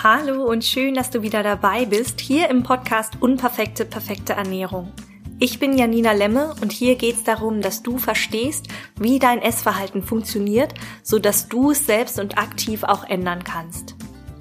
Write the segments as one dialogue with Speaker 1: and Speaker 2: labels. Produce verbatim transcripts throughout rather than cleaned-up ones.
Speaker 1: Hallo und schön, dass du wieder dabei bist, hier im Podcast Unperfekte, perfekte Ernährung. Ich bin Janina Lemme und hier geht es darum, dass du verstehst, wie dein Essverhalten funktioniert, sodass du es selbst und aktiv auch ändern kannst.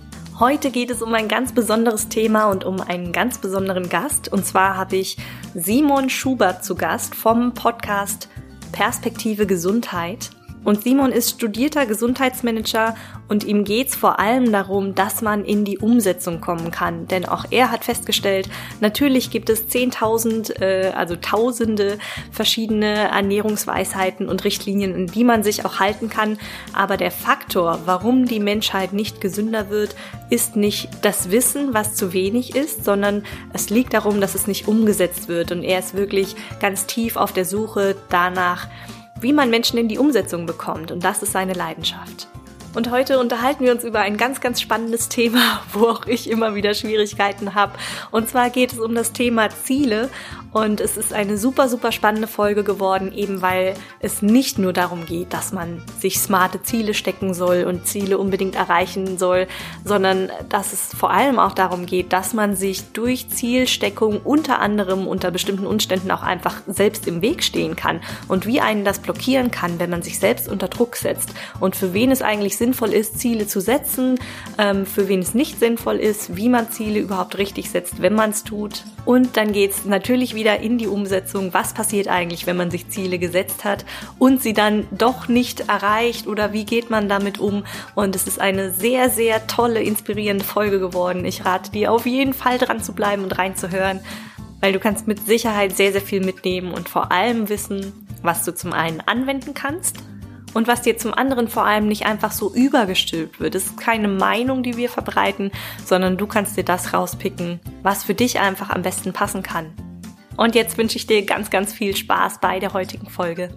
Speaker 1: Heute geht es um ein ganz besonderes Thema und um einen ganz besonderen Gast. Und zwar habe ich Simon Schubert zu Gast vom Podcast Perspektive Gesundheit. Und Simon ist studierter Gesundheitsmanager und ihm geht's vor allem darum, dass man in die Umsetzung kommen kann. Denn auch er hat festgestellt, natürlich gibt es zehntausend, äh, also tausende verschiedene Ernährungsweisheiten und Richtlinien, an die man sich auch halten kann. Aber der Faktor, warum die Menschheit nicht gesünder wird, ist nicht das Wissen, was zu wenig ist, sondern es liegt darum, dass es nicht umgesetzt wird. Und er ist wirklich ganz tief auf der Suche danach, wie man Menschen in die Umsetzung bekommt. Und das ist seine Leidenschaft. Und heute unterhalten wir uns über ein ganz, ganz spannendes Thema, wo auch ich immer wieder Schwierigkeiten habe. Und zwar geht es um das Thema Ziele. Und es ist eine super, super spannende Folge geworden, eben weil es nicht nur darum geht, dass man sich smarte Ziele stecken soll und Ziele unbedingt erreichen soll, sondern dass es vor allem auch darum geht, dass man sich durch Zielsteckung unter anderem unter bestimmten Umständen auch einfach selbst im Weg stehen kann und wie einen das blockieren kann, wenn man sich selbst unter Druck setzt und für wen es eigentlich sinnvoll ist, Ziele zu setzen, ähm, für wen es nicht sinnvoll ist, wie man Ziele überhaupt richtig setzt, wenn man es tut. Und dann geht es natürlich wieder in die Umsetzung. Was passiert eigentlich, wenn man sich Ziele gesetzt hat und sie dann doch nicht erreicht oder wie geht man damit um? Und es ist eine sehr, sehr tolle, inspirierende Folge geworden. Ich rate dir auf jeden Fall dran zu bleiben und reinzuhören, weil du kannst mit Sicherheit sehr, sehr viel mitnehmen und vor allem wissen, was du zum einen anwenden kannst und was dir zum anderen vor allem nicht einfach so übergestülpt wird. Es ist keine Meinung, die wir verbreiten, sondern du kannst dir das rauspicken, was für dich einfach am besten passen kann. Und jetzt wünsche ich dir ganz, ganz viel Spaß bei der heutigen Folge.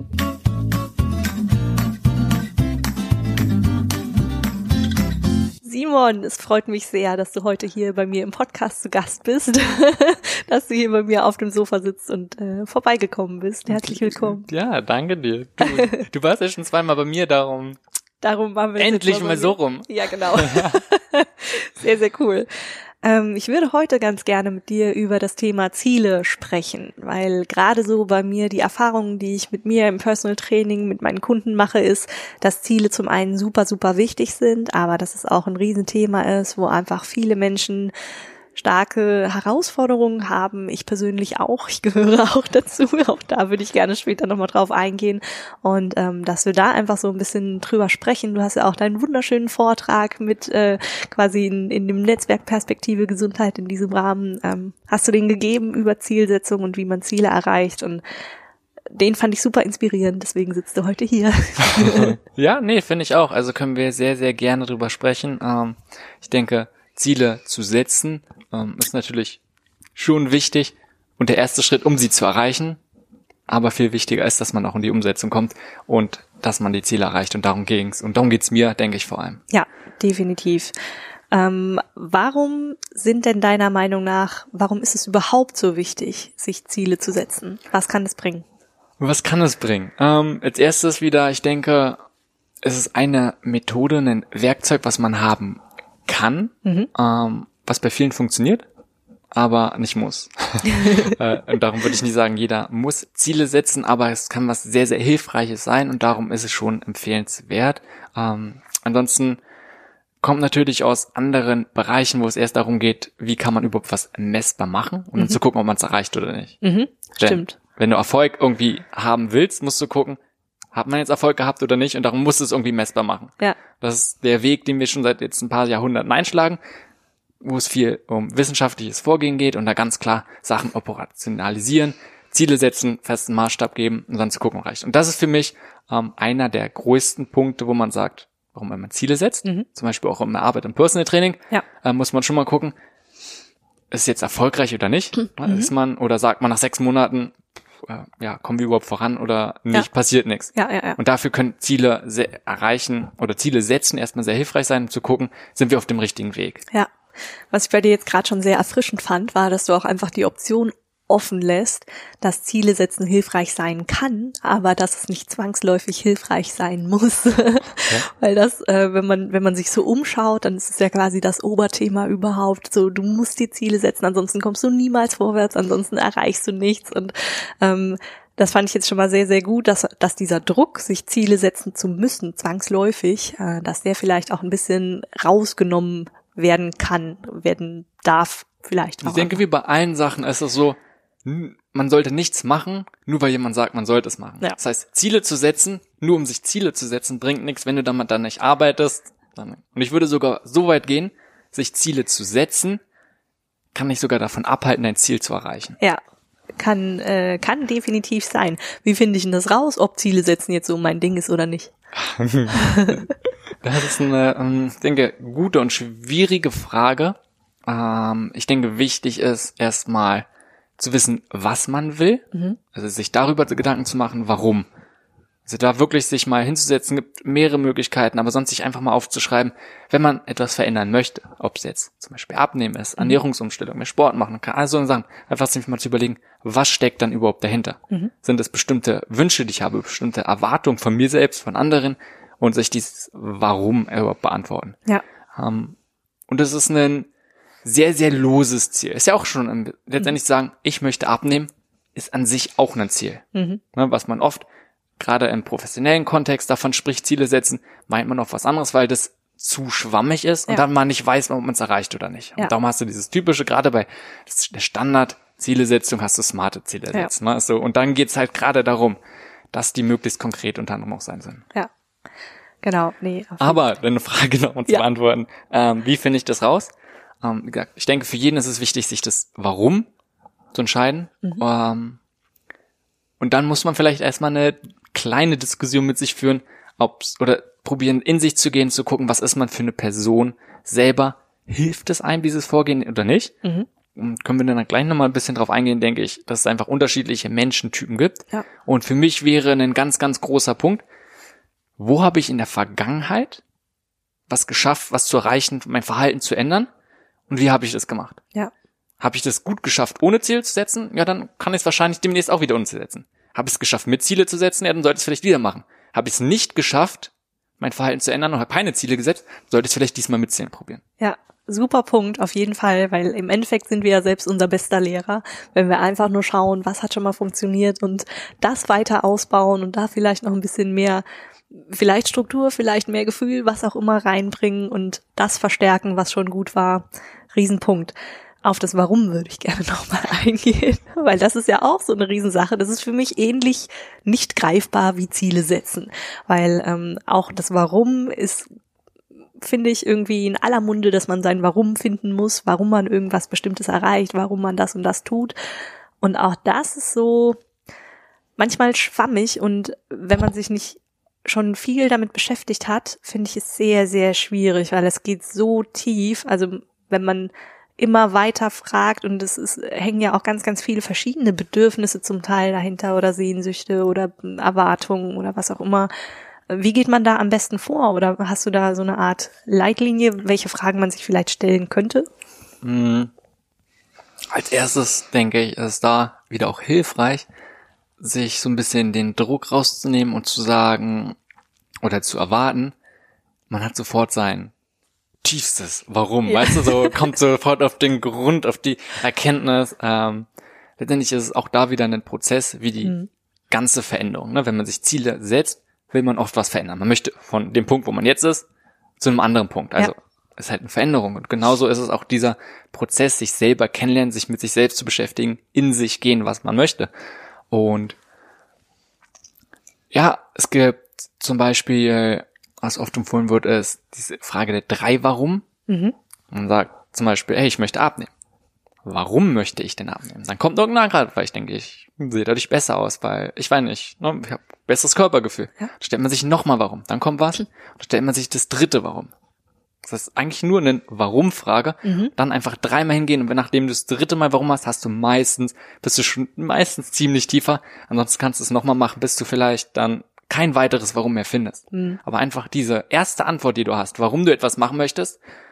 Speaker 1: Simon, es freut mich sehr, dass du heute hier bei mir im Podcast zu Gast bist, dass du hier bei mir auf dem Sofa sitzt und äh, vorbeigekommen bist. Herzlich willkommen.
Speaker 2: Ja, danke dir. Du, du warst ja schon zweimal bei mir, darum
Speaker 1: Darum waren wir
Speaker 2: endlich
Speaker 1: mal,
Speaker 2: mal so rum.
Speaker 1: Ja, genau. Sehr, sehr cool. Ähm, ich würde heute ganz gerne mit dir über das Thema Ziele sprechen, weil gerade so bei mir die Erfahrungen, die ich mit mir im Personal Training mit meinen Kunden mache, ist, dass Ziele zum einen super, super wichtig sind, aber dass es auch ein Riesenthema ist, wo einfach viele Menschen starke Herausforderungen haben. Ich persönlich auch. Ich gehöre auch dazu. Auch da würde ich gerne später nochmal drauf eingehen. Und ähm, dass wir da einfach so ein bisschen drüber sprechen. Du hast ja auch deinen wunderschönen Vortrag mit äh, quasi in, in dem Netzwerk Perspektive Gesundheit in diesem Rahmen. Ähm, hast du den gegeben über Zielsetzung und wie man Ziele erreicht. Und den fand ich super inspirierend. Deswegen sitzt du heute hier.
Speaker 2: Ja, nee, finde ich auch. Also können wir sehr, sehr gerne drüber sprechen. Ähm, ich denke, Ziele zu setzen, ähm, ist natürlich schon wichtig und der erste Schritt, um sie zu erreichen, aber viel wichtiger ist, dass man auch in die Umsetzung kommt und dass man die Ziele erreicht und darum ging's und darum geht's mir, denke ich vor allem.
Speaker 1: Ja, definitiv. Ähm, warum sind denn deiner Meinung nach, warum ist es überhaupt so wichtig, sich Ziele zu setzen? Was kann es bringen?
Speaker 2: Was kann es bringen? Ähm, als erstes wieder, ich denke, es ist eine Methode, ein Werkzeug, was man haben kann, mhm. ähm, was bei vielen funktioniert, aber nicht muss. äh, und darum würde ich nicht sagen, jeder muss Ziele setzen, aber es kann was sehr, sehr Hilfreiches sein und darum ist es schon empfehlenswert. Ähm, ansonsten kommt natürlich aus anderen Bereichen, wo es erst darum geht, wie kann man überhaupt was messbar machen und mhm. dann zu gucken, ob man es erreicht oder nicht.
Speaker 1: Mhm. Stimmt.
Speaker 2: Denn, wenn du Erfolg irgendwie haben willst, musst du gucken, hat man jetzt Erfolg gehabt oder nicht und darum musst du es irgendwie messbar machen.
Speaker 1: Ja.
Speaker 2: Das ist der Weg, den wir schon seit jetzt ein paar Jahrhunderten einschlagen, wo es viel um wissenschaftliches Vorgehen geht und da ganz klar Sachen operationalisieren, Ziele setzen, festen Maßstab geben und dann zu gucken, reicht. Und das ist für mich ähm, einer der größten Punkte, wo man sagt, warum man Ziele setzt, mhm. zum Beispiel auch in der Arbeit im Personal Training,
Speaker 1: ja.
Speaker 2: äh, muss man schon mal gucken, ist es jetzt erfolgreich oder nicht? Mhm. Ist man oder sagt man nach sechs Monaten, ja, kommen wir überhaupt voran oder nicht, ja. passiert nichts.
Speaker 1: Ja, ja, ja.
Speaker 2: Und dafür können Ziele se- erreichen oder Ziele setzen erstmal sehr hilfreich sein, um zu gucken, sind wir auf dem richtigen Weg.
Speaker 1: Ja, was ich bei dir jetzt gerade schon sehr erfrischend fand, war, dass du auch einfach die Option offen lässt, dass Ziele setzen hilfreich sein kann, aber dass es nicht zwangsläufig hilfreich sein muss. Okay. Weil das, äh, wenn man wenn man sich so umschaut, dann ist es ja quasi das Oberthema überhaupt. So, du musst dir Ziele setzen, ansonsten kommst du niemals vorwärts, ansonsten erreichst du nichts. Und ähm, das fand ich jetzt schon mal sehr, sehr gut, dass dass dieser Druck, sich Ziele setzen zu müssen, zwangsläufig, äh, dass der vielleicht auch ein bisschen rausgenommen werden kann, werden darf vielleicht.
Speaker 2: Ich denke, wie bei allen Sachen ist es so, man sollte nichts machen, nur weil jemand sagt, man sollte es machen. Ja. Das heißt, Ziele zu setzen, nur um sich Ziele zu setzen, bringt nichts, wenn du damit dann nicht arbeitest. Dann. Und ich würde sogar so weit gehen, sich Ziele zu setzen, kann dich sogar davon abhalten, dein Ziel zu erreichen.
Speaker 1: Ja, kann äh, kann definitiv sein. Wie finde ich denn das raus, ob Ziele setzen jetzt so mein Ding ist oder nicht?
Speaker 2: Das ist eine, ich denke, gute und schwierige Frage. Ich denke, wichtig ist erstmal zu wissen, was man will, mhm. also sich darüber Gedanken zu machen, warum. Also da wirklich sich mal hinzusetzen, gibt mehrere Möglichkeiten, aber sonst sich einfach mal aufzuschreiben, wenn man etwas verändern möchte, ob es jetzt zum Beispiel Abnehmen ist, mhm. Ernährungsumstellung, mehr Sport machen kann, also so Sachen, einfach sich mal zu überlegen, was steckt dann überhaupt dahinter? Mhm. Sind es bestimmte Wünsche, die ich habe, bestimmte Erwartungen von mir selbst, von anderen und sich dieses Warum überhaupt beantworten. Ja. Um, und das ist ein sehr, sehr loses Ziel. Ist ja auch schon ein, letztendlich mhm. sagen, ich möchte abnehmen, ist an sich auch ein Ziel. Mhm. Ne, was man oft, gerade im professionellen Kontext, davon spricht, Ziele setzen, meint man auf was anderes, weil das zu schwammig ist und ja. dann man nicht weiß, ob man es erreicht oder nicht. Ja. Und darum hast du dieses typische, gerade bei der Standard-Zielesetzung hast du smarte Ziele setzen. Ja. Ne? So, und dann geht's halt gerade darum, dass die möglichst konkret unter anderem auch sein sollen.
Speaker 1: Ja, genau. Nee.
Speaker 2: Aber deine Frage noch um zu ja. beantworten, ähm, wie finde ich das raus? Ähm, wie gesagt, ich denke, für jeden ist es wichtig, sich das Warum zu entscheiden. Mhm. Ähm, und dann muss man vielleicht erstmal eine kleine Diskussion mit sich führen, ob's, oder probieren, in sich zu gehen, zu gucken, was ist man für eine Person selber. Hilft es einem, dieses Vorgehen oder nicht? Mhm. Und können wir dann gleich nochmal ein bisschen drauf eingehen, denke ich, dass es einfach unterschiedliche Menschentypen gibt. Ja. Und für mich wäre ein ganz, ganz großer Punkt, wo habe ich in der Vergangenheit was geschafft, was zu erreichen, mein Verhalten zu ändern? Und wie habe ich das gemacht? Ja. Habe ich das gut geschafft, ohne Ziel zu setzen? Ja, dann kann ich es wahrscheinlich demnächst auch wieder ohne Ziel setzen. Habe ich es geschafft, mit Ziele zu setzen? Ja, dann sollte ich es vielleicht wieder machen. Habe ich es nicht geschafft, mein Verhalten zu ändern und habe keine Ziele gesetzt, sollte ich es vielleicht diesmal mit Zielen probieren.
Speaker 1: Ja, super Punkt, auf jeden Fall, weil im Endeffekt sind wir ja selbst unser bester Lehrer, wenn wir einfach nur schauen, was hat schon mal funktioniert und das weiter ausbauen und da vielleicht noch ein bisschen mehr, vielleicht Struktur, vielleicht mehr Gefühl, was auch immer reinbringen und das verstärken, was schon gut war. Riesenpunkt. Auf das Warum würde ich gerne nochmal eingehen, weil das ist ja auch so eine Riesensache. Das ist für mich ähnlich nicht greifbar wie Ziele setzen, weil ähm, auch das Warum ist, finde ich, irgendwie in aller Munde, dass man sein Warum finden muss, warum man irgendwas Bestimmtes erreicht, warum man das und das tut. Und auch das ist so manchmal schwammig und wenn man sich nicht schon viel damit beschäftigt hat, finde ich es sehr, sehr schwierig, weil es geht so tief, also wenn man immer weiter fragt und es ist, hängen ja auch ganz, ganz viele verschiedene Bedürfnisse zum Teil dahinter oder Sehnsüchte oder Erwartungen oder was auch immer. Wie geht man da am besten vor? Oder hast du da so eine Art Leitlinie, welche Fragen man sich vielleicht stellen könnte?
Speaker 2: Mhm. Als erstes denke ich, ist da wieder auch hilfreich, sich so ein bisschen den Druck rauszunehmen und zu sagen oder zu erwarten, man hat sofort sein tiefstes Warum, ja. Weißt du, so kommt sofort auf den Grund, auf die Erkenntnis. Ähm, letztendlich ist es auch da wieder ein Prozess wie die mhm. ganze Veränderung. Ne? Wenn man sich Ziele setzt, will man oft was verändern. Man möchte von dem Punkt, wo man jetzt ist, zu einem anderen Punkt. Also ja. ist halt eine Veränderung. Und genauso ist es auch dieser Prozess, sich selber kennenlernen, sich mit sich selbst zu beschäftigen, in sich gehen, was man möchte. Und ja, es gibt zum Beispiel, was oft empfohlen wird, ist diese Frage der drei Warum. Mhm. Man sagt zum Beispiel, hey, ich möchte abnehmen. Warum möchte ich denn abnehmen? Dann kommt irgendein Grad, weil ich denke, ich sehe dadurch besser aus, weil ich weiß nicht, ne, ich habe besseres Körpergefühl. Ja. Da stellt man sich nochmal Warum. Dann kommt was, da stellt man sich das dritte Warum. Das ist eigentlich nur eine Warum-Frage. Mhm. Dann einfach dreimal hingehen und wenn nachdem du das dritte Mal Warum hast, hast du meistens, bist du schon meistens ziemlich tiefer. Ansonsten kannst du es nochmal machen, bis du vielleicht dann kein weiteres Warum mehr findest. Mhm. Aber einfach diese erste Antwort, die du hast, warum du etwas machen möchtest,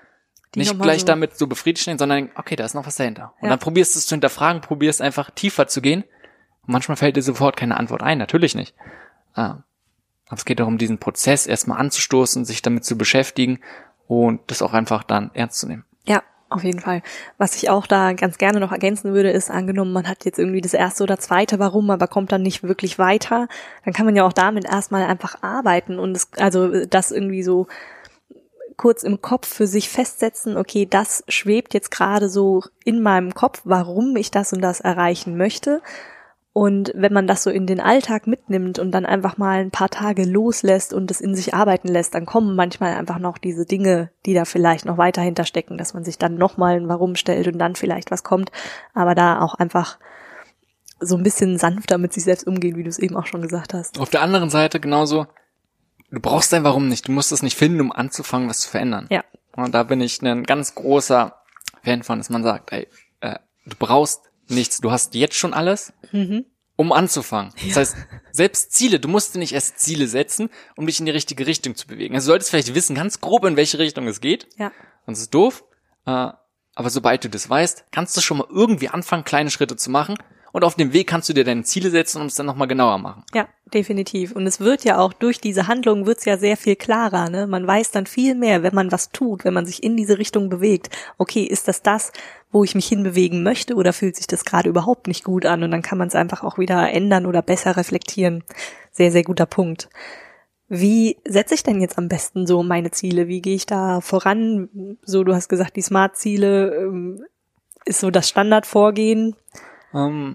Speaker 1: Die
Speaker 2: nicht gleich so damit so befriedigt stehen, sondern okay, da ist noch was dahinter. Und ja. dann probierst du es zu hinterfragen, probierst einfach tiefer zu gehen. Und manchmal fällt dir sofort keine Antwort ein, natürlich nicht. Ah. Aber es geht darum, diesen Prozess erstmal anzustoßen, sich damit zu beschäftigen und das auch einfach dann ernst zu nehmen.
Speaker 1: Ja, auf jeden Fall. Was ich auch da ganz gerne noch ergänzen würde, ist, angenommen, man hat jetzt irgendwie das erste oder zweite Warum, aber kommt dann nicht wirklich weiter, dann kann man ja auch damit erstmal einfach arbeiten und es, also das irgendwie so kurz im Kopf für sich festsetzen, okay, das schwebt jetzt gerade so in meinem Kopf, warum ich das und das erreichen möchte. Und wenn man das so in den Alltag mitnimmt und dann einfach mal ein paar Tage loslässt und es in sich arbeiten lässt, dann kommen manchmal einfach noch diese Dinge, die da vielleicht noch weiter hinterstecken, dass man sich dann nochmal ein Warum stellt und dann vielleicht was kommt, aber da auch einfach so ein bisschen sanfter mit sich selbst umgehen, wie du es eben auch schon gesagt hast.
Speaker 2: Auf der anderen Seite genauso, du brauchst dein Warum nicht, du musst es nicht finden, um anzufangen, was zu verändern.
Speaker 1: Ja.
Speaker 2: Und da bin ich ein ganz großer Fan von, dass man sagt, ey, äh, du brauchst nichts, du hast jetzt schon alles, mhm. um anzufangen. Ja. Das heißt, selbst Ziele, du musst dir nicht erst Ziele setzen, um dich in die richtige Richtung zu bewegen. Also du solltest vielleicht wissen, ganz grob, in welche Richtung es geht.
Speaker 1: Ja.
Speaker 2: Sonst ist es doof. Äh, aber sobald du das weißt, kannst du schon mal irgendwie anfangen, kleine Schritte zu machen. Und auf dem Weg kannst du dir deine Ziele setzen und es dann nochmal genauer machen.
Speaker 1: Ja, definitiv. Und es wird ja auch durch diese Handlung wird's ja sehr viel klarer, ne? Man weiß dann viel mehr, wenn man was tut, wenn man sich in diese Richtung bewegt. Okay, ist das das, wo ich mich hinbewegen möchte oder fühlt sich das gerade überhaupt nicht gut an? Und dann kann man es einfach auch wieder ändern oder besser reflektieren. Sehr, sehr guter Punkt. Wie setze ich denn jetzt am besten so meine Ziele? Wie gehe ich da voran? So, du hast gesagt, die Smart-Ziele ähm, ist so das Standardvorgehen.
Speaker 2: Um,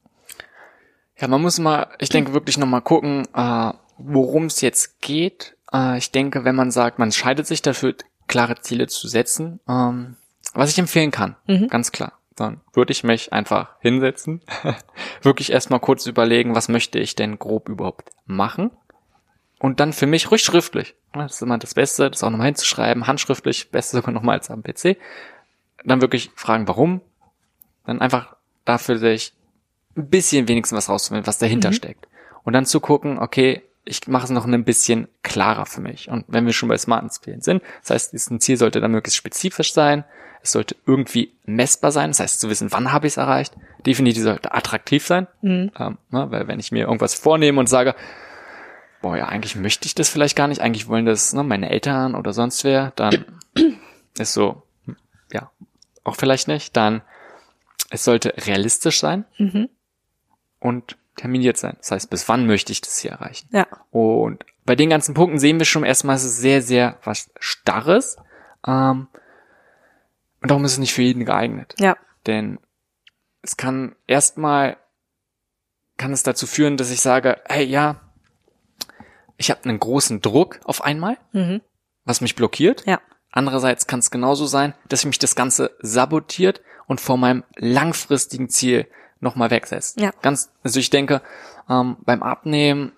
Speaker 2: ja, man muss mal, ich denke wirklich nochmal gucken, äh, worum es jetzt geht. Äh, ich denke, wenn man sagt, man entscheidet sich dafür, klare Ziele zu setzen, ähm, was ich empfehlen kann, mhm. ganz klar, dann würde ich mich einfach hinsetzen, wirklich erstmal kurz überlegen, was möchte ich denn grob überhaupt machen und dann für mich ruhig schriftlich. Das ist immer das Beste, das auch nochmal hinzuschreiben, handschriftlich, Beste sogar nochmal als am P C. Dann wirklich fragen, warum, dann einfach dafür sich ein bisschen wenigstens was rauszufinden, was dahinter mhm. steckt. Und dann zu gucken, okay, ich mache es noch ein bisschen klarer für mich. Und wenn wir schon bei smarten Zielen sind, das heißt, dieses Ziel sollte dann möglichst spezifisch sein, es sollte irgendwie messbar sein, das heißt zu wissen, wann habe ich es erreicht. Definitiv sollte attraktiv sein, mhm. ähm, ne, weil wenn ich mir irgendwas vornehme und sage, boah, ja, eigentlich möchte ich das vielleicht gar nicht, eigentlich wollen das ne, meine Eltern oder sonst wer, dann ist so, ja, auch vielleicht nicht, dann es sollte realistisch sein mhm. und terminiert sein. Das heißt, bis wann möchte ich das hier erreichen?
Speaker 1: Ja.
Speaker 2: Und bei den ganzen Punkten sehen wir schon erstmal, es ist sehr, sehr was Starres. Ähm, und darum ist es nicht für jeden geeignet.
Speaker 1: Ja.
Speaker 2: Denn es kann erstmal, kann es dazu führen, dass ich sage, hey, ja, ich habe einen großen Druck auf einmal, mhm. was mich blockiert.
Speaker 1: Ja.
Speaker 2: Andererseits kann es genauso sein, dass mich das Ganze sabotiert und vor meinem langfristigen Ziel nochmal wegsetzt.
Speaker 1: Ja.
Speaker 2: Ganz, also ich denke, ähm, beim Abnehmen,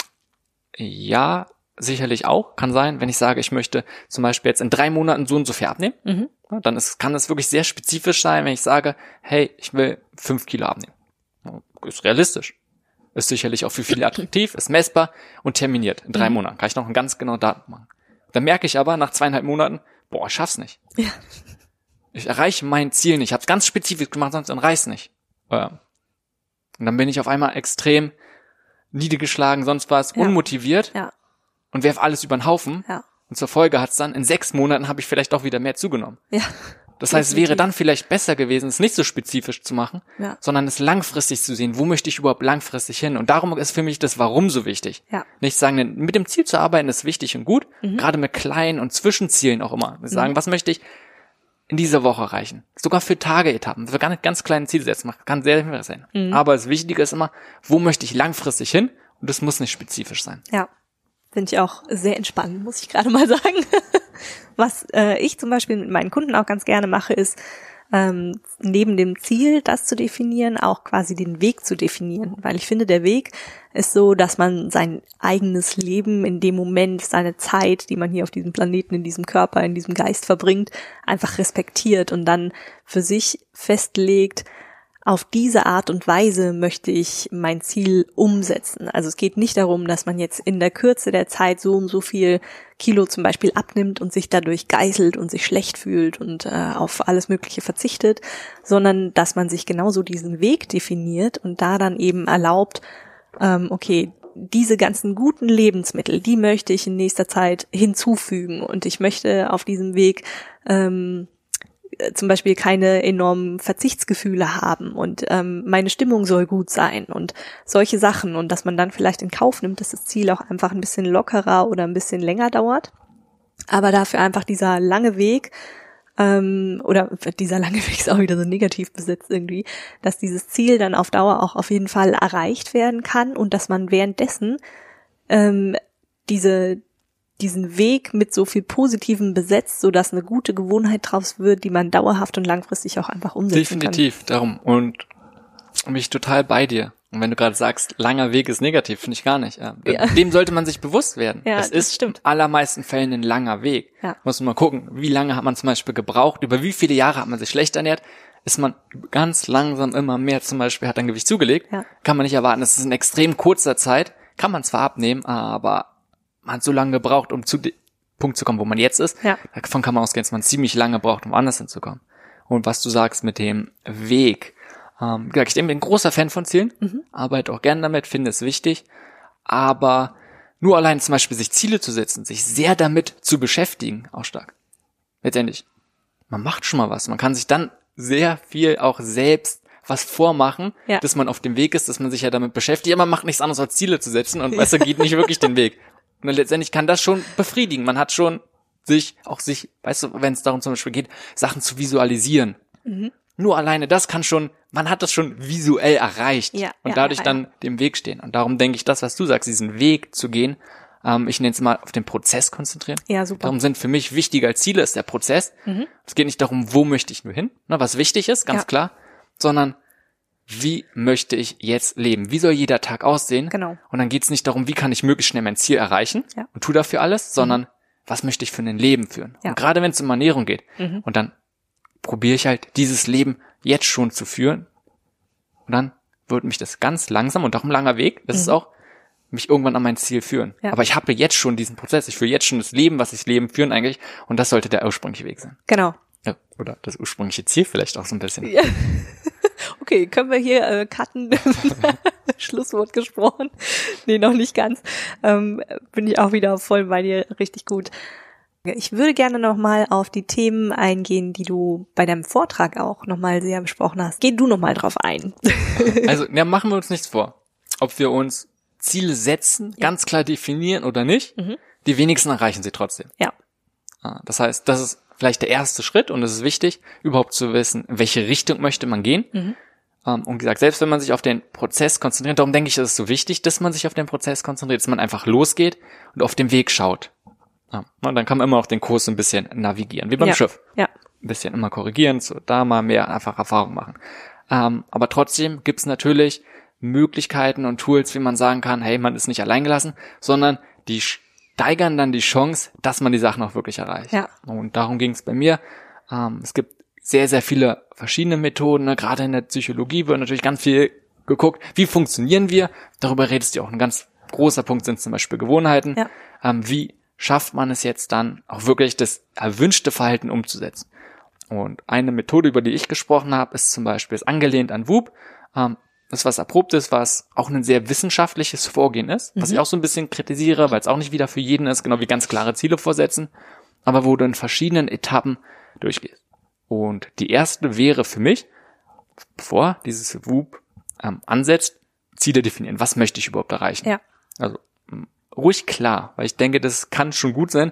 Speaker 2: ja, sicherlich auch, kann sein, wenn ich sage, ich möchte zum Beispiel jetzt in drei Monaten so und so viel abnehmen, mhm. ja, dann ist, kann es wirklich sehr spezifisch sein, wenn ich sage, hey, ich will fünf Kilo abnehmen. Ist realistisch. Ist sicherlich auch für viele attraktiv, ist messbar und terminiert. In drei mhm. Monaten kann ich noch ein ganz genau Datum machen. Dann merke ich aber nach zweieinhalb Monaten, boah, ich schaff's nicht.
Speaker 1: Ja.
Speaker 2: Ich erreiche mein Ziel nicht. Ich habe es ganz spezifisch gemacht, sonst reicht's nicht. Und dann bin ich auf einmal extrem niedergeschlagen, sonst was, ja. unmotiviert
Speaker 1: ja.
Speaker 2: und werf alles über den Haufen.
Speaker 1: Ja.
Speaker 2: Und zur Folge hat's dann, in sechs Monaten habe ich vielleicht auch wieder mehr zugenommen.
Speaker 1: Ja.
Speaker 2: Das heißt, es wäre dann vielleicht besser gewesen, es nicht so spezifisch zu machen,
Speaker 1: ja.
Speaker 2: sondern es langfristig zu sehen. Wo möchte ich überhaupt langfristig hin? Und darum ist für mich das Warum so wichtig.
Speaker 1: Ja.
Speaker 2: Nicht sagen, mit dem Ziel zu arbeiten ist wichtig und gut, mhm. gerade mit kleinen und Zwischenzielen auch immer. Wir sagen, mhm. was möchte ich in dieser Woche erreichen? Sogar für Tageetappen, für gar nicht ganz kleine Ziele setzen, kann sehr viel sein. Mhm. Aber das Wichtige ist immer, wo möchte ich langfristig hin? Und das muss nicht spezifisch sein.
Speaker 1: Ja. Finde ich auch sehr entspannend, muss ich gerade mal sagen. Was äh, ich zum Beispiel mit meinen Kunden auch ganz gerne mache, ist ähm, neben dem Ziel, das zu definieren, auch quasi den Weg zu definieren. Weil ich finde, der Weg ist so, dass man sein eigenes Leben in dem Moment, seine Zeit, die man hier auf diesem Planeten, in diesem Körper, in diesem Geist verbringt, einfach respektiert und dann für sich festlegt, auf diese Art und Weise möchte ich mein Ziel umsetzen. Also es geht nicht darum, dass man jetzt in der Kürze der Zeit so und so viel Kilo zum Beispiel abnimmt und sich dadurch geißelt und sich schlecht fühlt und äh, auf alles Mögliche verzichtet, sondern dass man sich genauso diesen Weg definiert und da dann eben erlaubt, ähm, okay, diese ganzen guten Lebensmittel, die möchte ich in nächster Zeit hinzufügen und ich möchte auf diesem Weg ähm, zum Beispiel keine enormen Verzichtsgefühle haben und ähm, meine Stimmung soll gut sein und solche Sachen und dass man dann vielleicht in Kauf nimmt, dass das Ziel auch einfach ein bisschen lockerer oder ein bisschen länger dauert, aber dafür einfach dieser lange Weg ähm, oder dieser lange Weg ist auch wieder so negativ besetzt irgendwie, dass dieses Ziel dann auf Dauer auch auf jeden Fall erreicht werden kann und dass man währenddessen ähm, diese diesen Weg mit so viel Positivem besetzt, sodass eine gute Gewohnheit draus wird, die man dauerhaft und langfristig auch einfach umsetzen kann.
Speaker 2: Definitiv, darum. Und bin ich total bei dir. Und wenn du gerade sagst, langer Weg ist negativ, finde ich gar nicht. Ja. Ja. Dem sollte man sich bewusst werden.
Speaker 1: Ja,
Speaker 2: es ist
Speaker 1: stimmt.
Speaker 2: in allermeisten Fällen ein langer Weg.
Speaker 1: Ja.
Speaker 2: Muss man mal gucken, wie lange hat man zum Beispiel gebraucht, über wie viele Jahre hat man sich schlecht ernährt, ist man ganz langsam immer mehr zum Beispiel, hat dann Gewicht zugelegt. Ja. Kann man nicht erwarten, das ist in extrem kurzer Zeit, kann man zwar abnehmen, aber man hat so lange gebraucht, um zu dem Punkt zu kommen, wo man jetzt ist. Ja. Davon kann man ausgehen, dass man ziemlich lange braucht, um anders hinzukommen. Und was du sagst mit dem Weg. Ähm, ich bin ein großer Fan von Zielen, mhm. arbeite auch gerne damit, finde es wichtig. Aber nur allein zum Beispiel sich Ziele zu setzen, sich sehr damit zu beschäftigen, auch stark. Letztendlich, man macht schon mal was. Man kann sich dann sehr viel auch selbst was vormachen, ja. dass man auf dem Weg ist, dass man sich ja damit beschäftigt. Aber man macht nichts anderes als Ziele zu setzen und weißt du, geht nicht wirklich den Weg. Und letztendlich kann das schon befriedigen. Man hat schon sich, auch sich, weißt du, wenn es darum zum Beispiel geht, Sachen zu visualisieren. Mhm. Nur alleine das kann schon, man hat das schon visuell erreicht ja, und ja, dadurch ja, ja. dann dem Weg stehen. Und darum denke ich, das, was du sagst, diesen Weg zu gehen, ähm, ich nenne es mal auf den Prozess konzentrieren.
Speaker 1: Ja, super.
Speaker 2: Darum sind für mich wichtiger als Ziele ist der Prozess. Mhm. Es geht nicht darum, wo möchte ich nur hin, ne, was wichtig ist, ganz ja. klar, sondern wie möchte ich jetzt leben? Wie soll jeder Tag aussehen?
Speaker 1: Genau.
Speaker 2: Und dann geht es nicht darum, wie kann ich möglichst schnell mein Ziel erreichen ja. und tu dafür alles, sondern mhm. was möchte ich für ein Leben führen? Ja. Und gerade wenn es um Ernährung geht. Mhm. Und dann probiere ich halt, dieses Leben jetzt schon zu führen. Und dann wird mich das ganz langsam und auch ein langer Weg, das mhm. ist auch, mich irgendwann an mein Ziel führen. Ja. Aber ich habe jetzt schon diesen Prozess. Ich führe jetzt schon das Leben, was ich Leben führen eigentlich. Und das sollte der ursprüngliche Weg sein.
Speaker 1: Genau.
Speaker 2: Ja, oder das ursprüngliche Ziel vielleicht auch so ein bisschen.
Speaker 1: Ja. Okay, können wir hier äh, cutten? Schlusswort gesprochen. Nee, noch nicht ganz. Ähm, bin ich auch wieder voll bei dir, richtig gut. Ich würde gerne nochmal auf die Themen eingehen, die du bei deinem Vortrag auch nochmal sehr besprochen hast. Geh du nochmal drauf ein.
Speaker 2: Also, ja, machen wir uns nichts vor. Ob wir uns Ziele setzen, ja. ganz klar definieren oder nicht, mhm. die wenigsten erreichen sie trotzdem.
Speaker 1: Ja.
Speaker 2: Das heißt, das ist vielleicht der erste Schritt und es ist wichtig, überhaupt zu wissen, in welche Richtung möchte man gehen. Mhm. Und wie gesagt, selbst wenn man sich auf den Prozess konzentriert, darum denke ich, ist es so wichtig, dass man sich auf den Prozess konzentriert, dass man einfach losgeht und auf den Weg schaut. Ja, und dann kann man immer auch den Kurs ein bisschen navigieren, wie beim
Speaker 1: ja.
Speaker 2: Schiff.
Speaker 1: Ja.
Speaker 2: Ein bisschen immer korrigieren, so da mal mehr einfach Erfahrung machen. Ähm, aber trotzdem gibt's natürlich Möglichkeiten und Tools, wie man sagen kann, hey, man ist nicht alleingelassen, sondern die steigern dann die Chance, dass man die Sachen auch wirklich erreicht.
Speaker 1: Ja.
Speaker 2: Und darum ging's bei mir. Ähm, es gibt sehr, sehr viele verschiedene Methoden, ne? Gerade in der Psychologie wird natürlich ganz viel geguckt, wie funktionieren wir, darüber redest du auch. Ein ganz großer Punkt sind zum Beispiel Gewohnheiten.
Speaker 1: Ja.
Speaker 2: Ähm, wie schafft man es jetzt dann auch wirklich das erwünschte Verhalten umzusetzen? Und eine Methode, über die ich gesprochen habe, ist zum Beispiel, ist angelehnt an Whoop. Ähm, das ist was Erprobtes, was auch ein sehr wissenschaftliches Vorgehen ist, was mhm. ich auch so ein bisschen kritisiere, weil es auch nicht wieder für jeden ist, genau wie ganz klare Ziele vorsetzen, aber wo du in verschiedenen Etappen durchgehst. Und die erste wäre für mich, bevor dieses Whoop ähm, ansetzt, Ziele definieren. Was möchte ich überhaupt erreichen?
Speaker 1: Ja.
Speaker 2: Also ruhig klar, weil ich denke, das kann schon gut sein,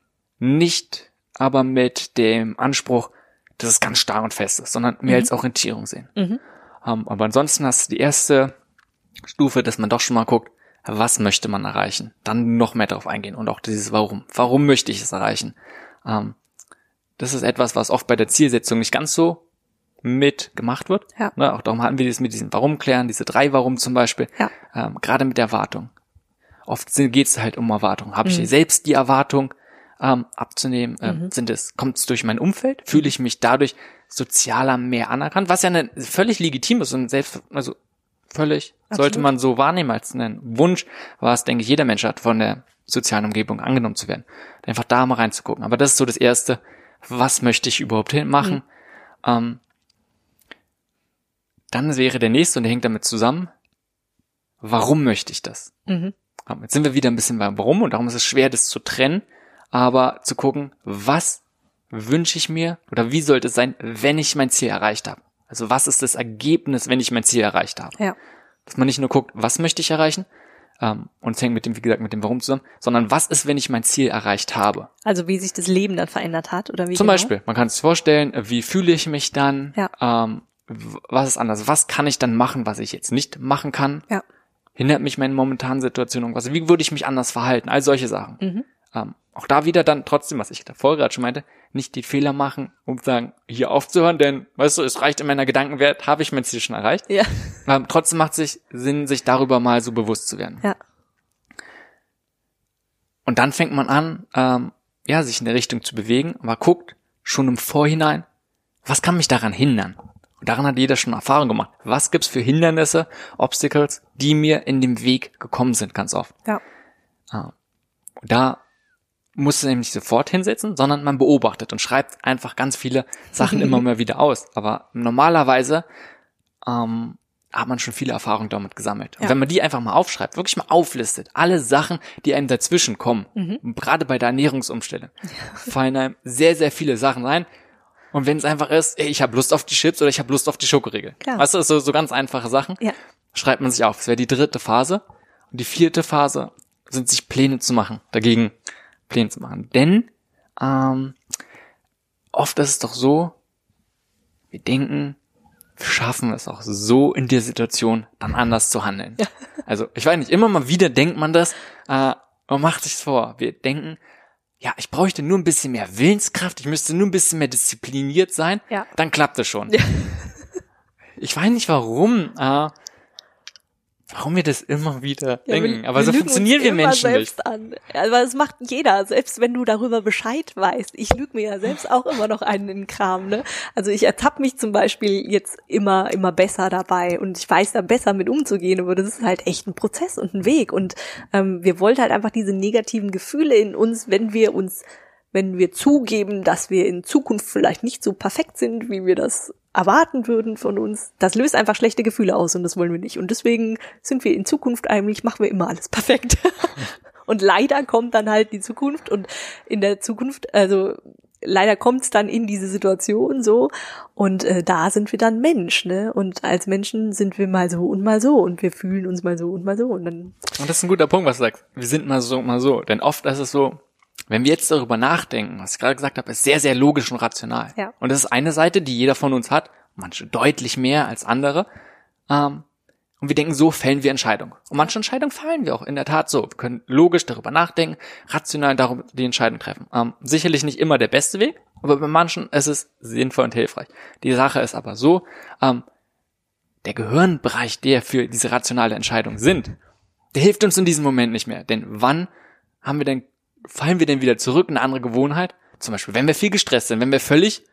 Speaker 2: nicht aber mit dem Anspruch, dass es ganz starr und fest ist, sondern mehr mhm. als Orientierung sehen. Mhm. Um, aber ansonsten hast du die erste Stufe, dass man doch schon mal guckt, was möchte man erreichen? Dann noch mehr darauf eingehen und auch dieses Warum. Warum möchte ich es erreichen? Um, das ist etwas, was oft bei der Zielsetzung nicht ganz so mit gemacht wird.
Speaker 1: Ja.
Speaker 2: Ne, auch darum hatten wir das mit diesen Warum klären, diese drei Warum zum Beispiel.
Speaker 1: Ja.
Speaker 2: Um, gerade mit der Erwartung. Oft geht es halt um Erwartung. Habe ich mhm. selbst die Erwartung, ähm, abzunehmen? Ähm, mhm. Sind es, kommt es durch mein Umfeld? Fühle ich mich dadurch sozialer mehr anerkannt? Was ja eine, völlig legitim ist und selbst, also völlig Absolut. Sollte man so wahrnehmen als einen Wunsch, was, denke ich, jeder Mensch hat, von der sozialen Umgebung angenommen zu werden. Einfach da mal reinzugucken. Aber das ist so das Erste, was möchte ich überhaupt machen? Mhm. Ähm, dann wäre der nächste, und der hängt damit zusammen, warum möchte ich das? Mhm. Jetzt sind wir wieder ein bisschen beim Warum, und darum ist es schwer, das zu trennen, aber zu gucken, was wünsche ich mir oder wie sollte es sein, wenn ich mein Ziel erreicht habe? Also was ist das Ergebnis, wenn ich mein Ziel erreicht habe? Ja. Dass man nicht nur guckt, was möchte ich erreichen, ähm, und es hängt mit dem, wie gesagt, mit dem Warum zusammen, sondern was ist, wenn ich mein Ziel erreicht habe?
Speaker 1: Also wie sich das Leben dann verändert hat oder wie?
Speaker 2: Zum
Speaker 1: genau?
Speaker 2: Beispiel, man kann sich vorstellen, wie fühle ich mich dann? Ja. Ähm, was ist anders? Was kann ich dann machen, was ich jetzt nicht machen kann? Ja. Hindert mich meine momentane Situation irgendwas? Wie würde ich mich anders verhalten? All solche Sachen. Mhm. Ähm, auch da wieder dann trotzdem, was ich davor gerade schon meinte, nicht die Fehler machen, um zu sagen, hier aufzuhören, denn, weißt du, es reicht in meiner Gedankenwelt, habe ich mein Ziel schon erreicht. Ja. Ähm, trotzdem macht es sich Sinn, sich darüber mal so bewusst zu werden. Ja. Und dann fängt man an, ähm, ja, sich in der Richtung zu bewegen, aber guckt schon im Vorhinein, was kann mich daran hindern? Und daran hat jeder schon Erfahrung gemacht. Was gibt's für Hindernisse, Obstacles, die mir in dem Weg gekommen sind, ganz oft. Ja. Und da muss man nämlich nicht sofort hinsetzen, sondern man beobachtet und schreibt einfach ganz viele Sachen immer mal wieder aus. Aber normalerweise ähm, hat man schon viele Erfahrungen damit gesammelt. Und ja. wenn man die einfach mal aufschreibt, wirklich mal auflistet, alle Sachen, die einem dazwischen kommen, mhm. gerade bei der Ernährungsumstellung, ja. fallen einem sehr, sehr viele Sachen rein. Und wenn es einfach ist, ey, ich habe Lust auf die Chips oder ich habe Lust auf die Schokoriegel. Klar. Weißt du, so, so ganz einfache Sachen. Ja. Schreibt man sich auf. Das wäre die dritte Phase. Und die vierte Phase sind, sich Pläne zu machen. Dagegen Pläne zu machen. Denn ähm, oft ist es doch so, wir denken, wir schaffen es auch so in der Situation, dann anders zu handeln. Ja. Also ich weiß nicht, immer mal wieder denkt man das, äh, man macht sich's vor. Wir denken, ja, ich bräuchte nur ein bisschen mehr Willenskraft, ich müsste nur ein bisschen mehr diszipliniert sein, ja. dann klappt es schon. Ja. Ich weiß nicht warum, äh, warum wir das immer wieder ja, denken, wir, aber wir so funktionieren wir Menschen
Speaker 1: selbst
Speaker 2: nicht.
Speaker 1: An. Aber das macht jeder, selbst wenn du darüber Bescheid weißt. Ich lüge mir ja selbst auch immer noch einen in den Kram, ne? Also ich ertappe mich zum Beispiel jetzt immer, immer besser dabei und ich weiß da besser mit umzugehen, aber das ist halt echt ein Prozess und ein Weg und ähm, wir wollten halt einfach diese negativen Gefühle in uns, wenn wir uns, wenn wir zugeben, dass wir in Zukunft vielleicht nicht so perfekt sind, wie wir das erwarten würden von uns, das löst einfach schlechte Gefühle aus und das wollen wir nicht. Und deswegen sind wir in Zukunft eigentlich, machen wir immer alles perfekt. Und leider kommt dann halt die Zukunft und in der Zukunft, also leider kommt es dann in diese Situation so und äh, da sind wir dann Mensch, ne? Und als Menschen sind wir mal so und mal so und wir fühlen uns mal so und mal so und dann.
Speaker 2: Und das ist ein guter Punkt, was du sagst. Wir sind mal so und mal so. Denn oft ist es so, wenn wir jetzt darüber nachdenken, was ich gerade gesagt habe, ist sehr, sehr logisch und rational. Ja. Und das ist eine Seite, die jeder von uns hat, manche deutlich mehr als andere. Ähm, und wir denken, so fällen wir Entscheidungen. Und manche Entscheidungen fallen wir auch in der Tat so. Wir können logisch darüber nachdenken, rational darüber die Entscheidung treffen. Ähm, sicherlich nicht immer der beste Weg, aber bei manchen ist es sinnvoll und hilfreich. Die Sache ist aber so, ähm, der Gehirnbereich, der für diese rationale Entscheidung sind, der hilft uns in diesem Moment nicht mehr. Denn wann haben wir denn fallen wir denn wieder zurück in eine andere Gewohnheit? Zum Beispiel, wenn wir viel gestresst sind, wenn wir völlig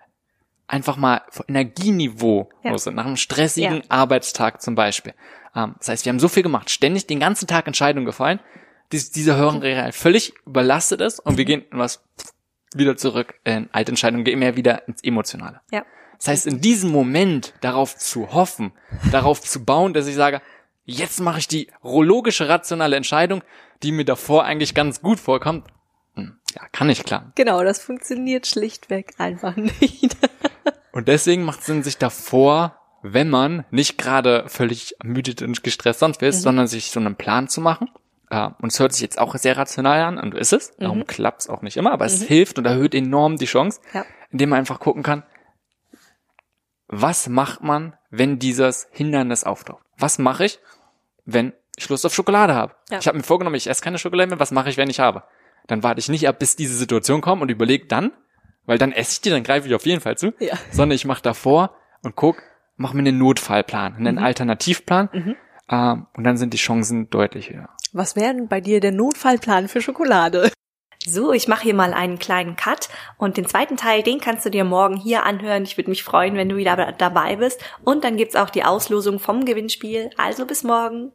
Speaker 2: einfach mal von Energieniveau ja. los sind, nach einem stressigen ja. Arbeitstag zum Beispiel. Ähm, das heißt, wir haben so viel gemacht, ständig den ganzen Tag Entscheidungen gefallen, dass dieser Hörenregel völlig überlastet ist und wir gehen in was wieder zurück in alte Entscheidungen, gehen mehr wieder ins Emotionale. Ja. Das heißt, in diesem Moment darauf zu hoffen, darauf zu bauen, dass ich sage, jetzt mache ich die logische, rationale Entscheidung, die mir davor eigentlich ganz gut vorkommt. Hm, ja, kann nicht klar.
Speaker 1: Genau, das funktioniert schlichtweg einfach nicht.
Speaker 2: Und deswegen macht es Sinn, sich davor, wenn man nicht gerade völlig ermüdet und gestresst sonst ist, mhm. sondern sich so einen Plan zu machen. Äh, und es hört sich jetzt auch sehr rational an, und ist es. Darum mhm. klappt es auch nicht immer, aber mhm. es hilft und erhöht enorm die Chance, ja. indem man einfach gucken kann, was macht man, wenn dieses Hindernis auftaucht? Was mache ich, wenn ich Lust auf Schokolade habe? Ja. Ich habe mir vorgenommen, ich esse keine Schokolade mehr, was mache ich, wenn ich habe? Dann warte ich nicht ab, bis diese Situation kommt und überlege dann, weil dann esse ich die, dann greife ich auf jeden Fall zu, ja. sondern ich mache davor und guck, mache mir einen Notfallplan, einen mhm. Alternativplan mhm. ähm, und dann sind die Chancen deutlich höher.
Speaker 1: Was wäre denn bei dir der Notfallplan für Schokolade? So, ich mache hier mal einen kleinen Cut und den zweiten Teil, den kannst du dir morgen hier anhören. Ich würde mich freuen, wenn du wieder dabei bist. Und dann gibt's auch die Auslosung vom Gewinnspiel. Also bis morgen.